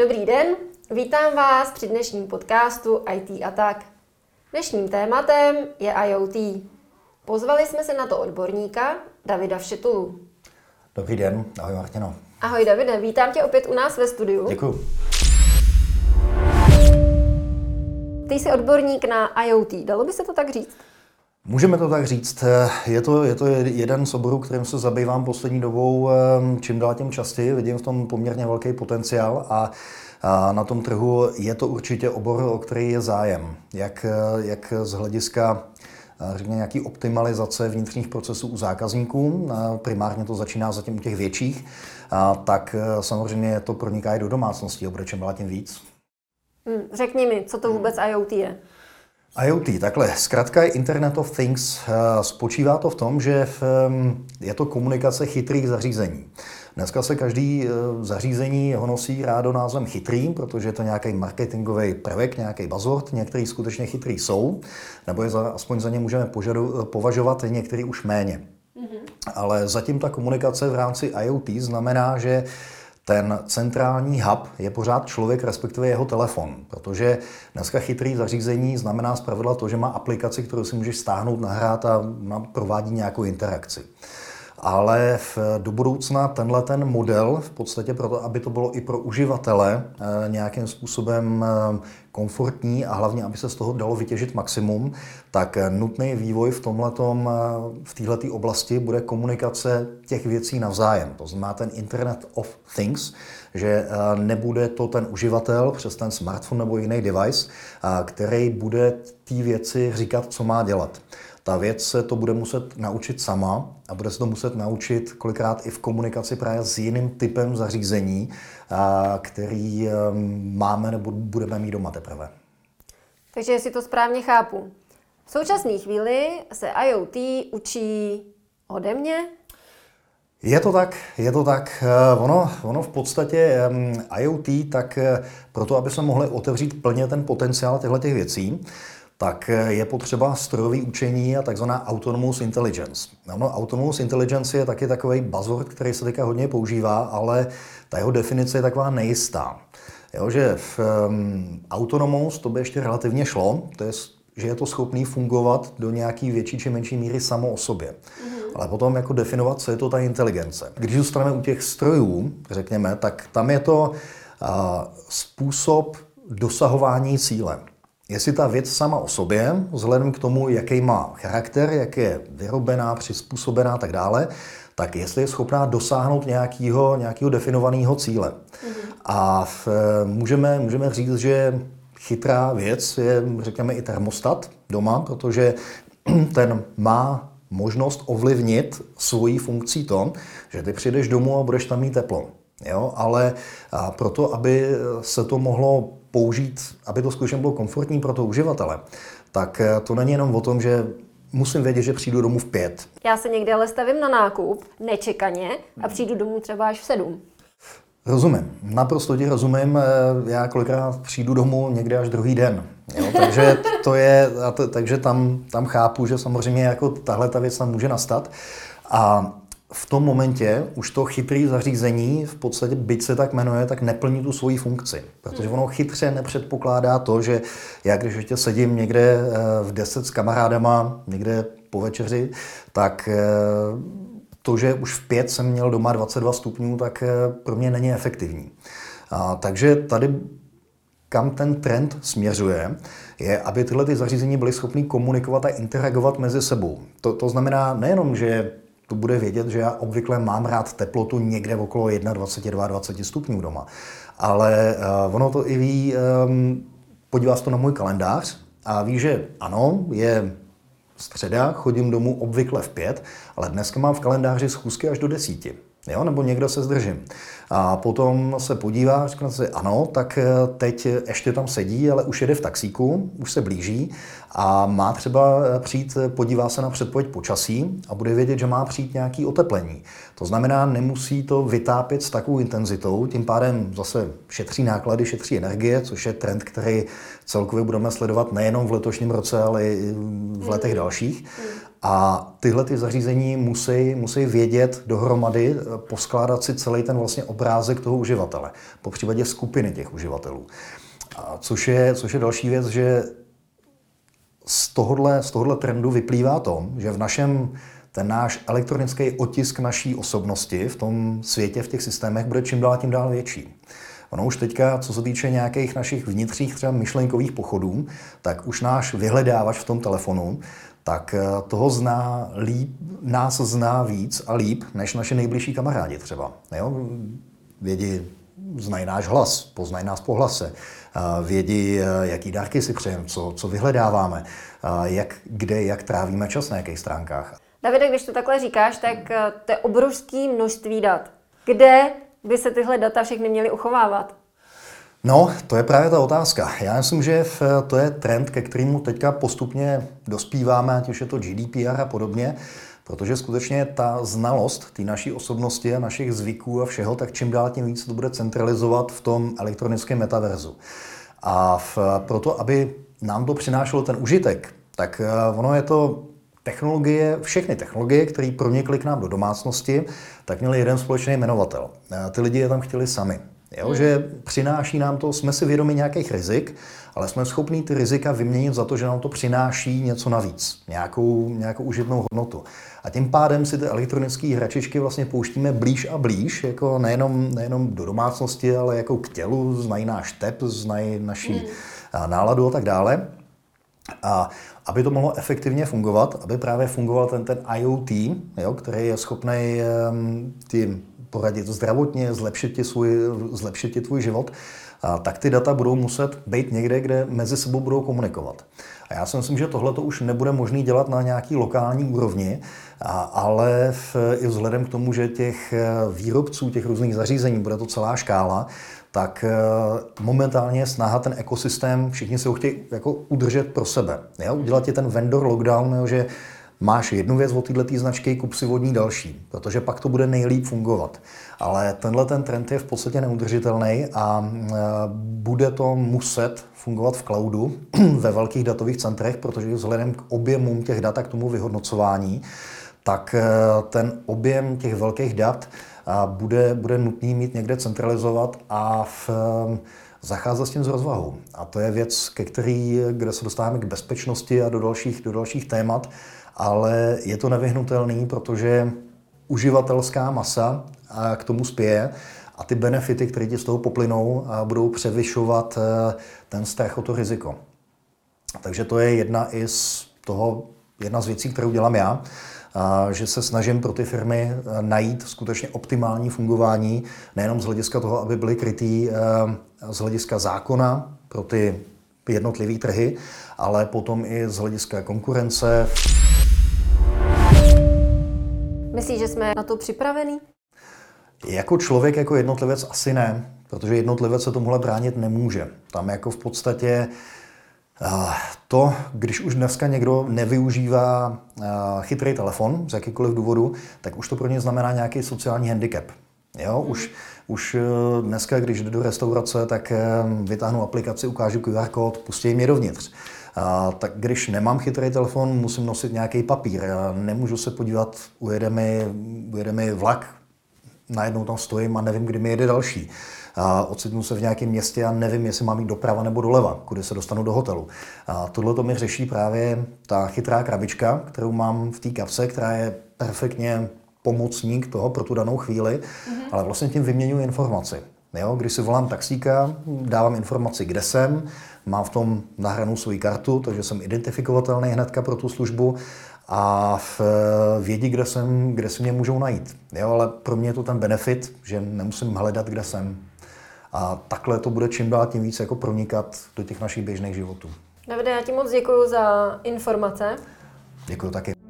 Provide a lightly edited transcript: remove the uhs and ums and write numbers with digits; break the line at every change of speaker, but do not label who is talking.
Dobrý den, vítám vás při dnešním podcastu IT a tak. Dnešním tématem je IoT. Pozvali jsme se na to odborníka Davida Všetulu.
Dobrý den, ahoj Martino.
Ahoj Davide, vítám tě opět u nás ve studiu.
Děkuju.
Ty jsi odborník na IoT, dalo by se to tak říct?
Můžeme to tak říct. Je to jeden z oborů, kterým se zabývám poslední dobou čím dál tím častěji. Vidím v tom poměrně velký potenciál a na tom trhu je to určitě obor, o který je zájem. Jak z hlediska řekněme, nějaký optimalizace vnitřních procesů u zákazníků, primárně to začíná zatím u těch větších, tak samozřejmě to proniká i do domácností, bude čím dál tím víc.
Řekni mi, co to vůbec IoT je?
IoT, takhle, zkrátka je Internet of Things. Spočívá to v tom, že je to komunikace chytrých zařízení. Dneska se každý zařízení ho nosí rádo názvem chytrý, protože je to nějaký marketingový prvek, nějaký buzzword, některý skutečně chytrý jsou, nebo aspoň za ně můžeme považovat, některý už méně. Ale zatím ta komunikace v rámci IoT znamená, že ten centrální hub je pořád člověk, respektive jeho telefon, protože dneska chytrý zařízení znamená zpravidla to, že má aplikaci, kterou si můžeš stáhnout, nahrát a provádí nějakou interakci. Ale do budoucna ten model, v podstatě proto, aby to bylo i pro uživatele nějakým způsobem komfortní a hlavně, aby se z toho dalo vytěžit maximum, tak nutný vývoj v této oblasti bude komunikace těch věcí navzájem. To znamená ten Internet of Things, že nebude to ten uživatel přes ten smartphone nebo jiný device, který bude té věci říkat, co má dělat. Ta věc se to bude muset naučit sama a bude se to muset naučit kolikrát i v komunikaci právě s jiným typem zařízení, který máme nebo budeme mít doma teprve. Takže
jestli to správně chápu, v současné chvíli se IoT učí ode mě?
Je to tak. Ono v podstatě IoT, tak proto, aby jsme mohli otevřít plně ten potenciál těchto věcí, tak je potřeba strojové učení a takzvaná autonomous intelligence. Autonomous intelligence je taky takový buzzword, který se teďka hodně používá, ale ta jeho definice je taková nejistá. Že v autonomous to by ještě relativně šlo, to je, že je to schopný fungovat do nějaký větší či menší míry samo o sobě. Ale potom jako definovat, co je to ta inteligence. Když zůstaneme u těch strojů, řekněme, tak tam je to způsob dosahování cíle. Jestli ta věc sama o sobě, vzhledem k tomu, jaký má charakter, jak je vyrobená, přizpůsobená a tak dále, tak jestli je schopná dosáhnout nějakého definovaného cíle. A můžeme říct, že chytrá věc je, řekněme, i termostat doma, protože ten má možnost ovlivnit svojí funkcí to, že ty přijdeš domů a budeš tam mít teplo. Ale proto, aby se to mohlo použít, aby to skutečně bylo komfortní pro toho uživatele, tak to není jenom o tom, že musím vědět, že přijdu domů v 5.
Já se někde ale stavím na nákup, nečekaně, a přijdu domů třeba až v 7.
Rozumím, naprosto ti rozumím. Já kolikrát přijdu domů někde až druhý den. Takže tam chápu, že samozřejmě jako tahle ta věc tam může nastat. A v tom momentě už to chytré zařízení, v podstatě byť se tak jmenuje, tak neplní tu svoji funkci. Protože ono chytře nepředpokládá to, že já když ještě sedím někde v 10 s kamarádama, někde po večeři, tak to, že už v 5 jsem měl doma 22 stupňů, tak pro mě není efektivní. Takže tady, kam ten trend směřuje, je, aby tyhle ty zařízení byly schopny komunikovat a interagovat mezi sebou. To znamená nejenom, že to bude vědět, že já obvykle mám rád teplotu někde okolo 21-22 stupňů doma. Ale ono to i ví, podívá se to na můj kalendář a ví, že ano, je středa, chodím domů obvykle v 5, ale dneska mám v kalendáři schůzky až do 10. Nebo někde se zdržím. A potom se podívá, řekne si, ano, tak teď ještě tam sedí, ale už jede v taxíku, už se blíží a má třeba přijít, podívá se na předpověď počasí a bude vědět, že má přijít nějaké oteplení. To znamená, nemusí to vytápět s takovou intenzitou, tím pádem zase šetří náklady, šetří energie, což je trend, který celkově budeme sledovat nejenom v letošním roce, ale i v letech dalších. A tyhle ty zařízení musí vědět dohromady, poskládat si celý ten vlastně obrázek toho uživatele, po případě skupiny těch uživatelů. A což je další věc, že z tohohle trendu vyplývá to, že ten náš elektronický otisk naší osobnosti v tom světě, v těch systémech bude čím dál tím dál větší. Ono už teďka, co se týče nějakých našich vnitřních třeba myšlenkových pochodů, tak už náš vyhledávač v tom telefonu, tak nás zná víc a líp, než naše nejbližší kamarádi třeba. Jo? Znají náš hlas, poznají nás po hlase, vědí, jaký dárky si přejeme, co vyhledáváme, jak trávíme čas na jakých stránkách.
Davide, když to takhle říkáš, tak to je obrovské množství dat. Kde by se tyhle data všechny měly uchovávat?
No, to je právě ta otázka. Já myslím, že to je trend, ke kterému teďka postupně dospíváme, ať už je to GDPR a podobně, protože skutečně ta znalost té naší osobnosti a našich zvyků a všeho, tak čím dál tím víc to bude centralizovat v tom elektronickém metaverzu. A proto, aby nám to přinášelo ten užitek, tak ono je to všechny technologie, které pronikly k nám do domácnosti, tak měly jeden společný jmenovatel. Ty lidi je tam chtěli sami. Jo, že přináší nám to, jsme si vědomi nějakých rizik, ale jsme schopní ty rizika vyměnit za to, že nám to přináší něco navíc, nějakou užitnou hodnotu. A tím pádem si ty elektronické hračičky vlastně pouštíme blíž a blíž, jako nejenom do domácnosti, ale jako k tělu, znají náš tep, znají naši náladu a tak dále. A aby to mohlo efektivně fungovat, aby právě fungoval ten IoT, jo, který je schopný tím poradit zdravotně, zlepšit ti tvůj život, tak ty data budou muset být někde, kde mezi sebou budou komunikovat. A já si myslím, že tohle to už nebude možné dělat na nějaký lokální úrovni, ale i vzhledem k tomu, že těch výrobců, těch různých zařízení, bude to celá škála, tak momentálně je snaha ten ekosystém, všichni se ho chtějí jako udržet pro sebe. Jo? Udělat ti ten vendor lockdown, jo, že máš jednu věc od této značky, kup si od ní další, protože pak to bude nejlíp fungovat. Ale ten trend je v podstatě neudržitelný a bude to muset fungovat v cloudu ve velkých datových centrech, protože vzhledem k objemům těch dat a k tomu vyhodnocování, tak ten objem těch velkých dat bude nutný mít někde centralizovat a zacházet s tím s rozvahou. A to je věc, kde se dostáváme k bezpečnosti a do dalších témat, ale je to nevyhnutelný, protože uživatelská masa k tomu spěje a ty benefity, které ti z toho poplynou, budou převyšovat ten strach o to riziko. Takže to je jedna z věcí, kterou dělám já, že se snažím pro ty firmy najít skutečně optimální fungování, nejenom z hlediska toho, aby byly krytý z hlediska zákona pro ty jednotlivé trhy, ale potom i z hlediska konkurence.
Myslíš, že jsme na to připravení?
Jako člověk, jako jednotlivec asi ne, protože jednotlivec se tomuhle bránit nemůže. Tam jako v podstatě když už dneska někdo nevyužívá chytrý telefon z jakýkoliv důvodu, tak už to pro ně znamená nějaký sociální handicap. Jo? Už dneska, když jdu do restaurace, tak vytáhnu aplikaci, ukážu QR kód, pustí mě dovnitř. Tak když nemám chytrý telefon, musím nosit nějaký papír. Nemůžu se podívat, ujede mi vlak, najednou tam stojím a nevím, kdy mi jede další. Ocitnu se v nějakém městě a nevím, jestli mám jít doprava nebo doleva, kudy se dostanu do hotelu. Tohle to mi řeší právě ta chytrá krabička, kterou mám v té kapse, která je perfektně pomocník toho pro tu danou chvíli, ale vlastně tím vyměňuji informaci. Jo, když si volám taxíka, dávám informaci, kde jsem, mám v tom nahranou svou kartu, takže jsem identifikovatelný hnedka pro tu službu a vědí, kde si mě můžou najít. Jo, ale pro mě je to ten benefit, že nemusím hledat, kde jsem. A takhle to bude čím dál tím víc jako pronikat do těch našich běžných životů.
Davide, já ti moc děkuju za informace.
Děkuju taky.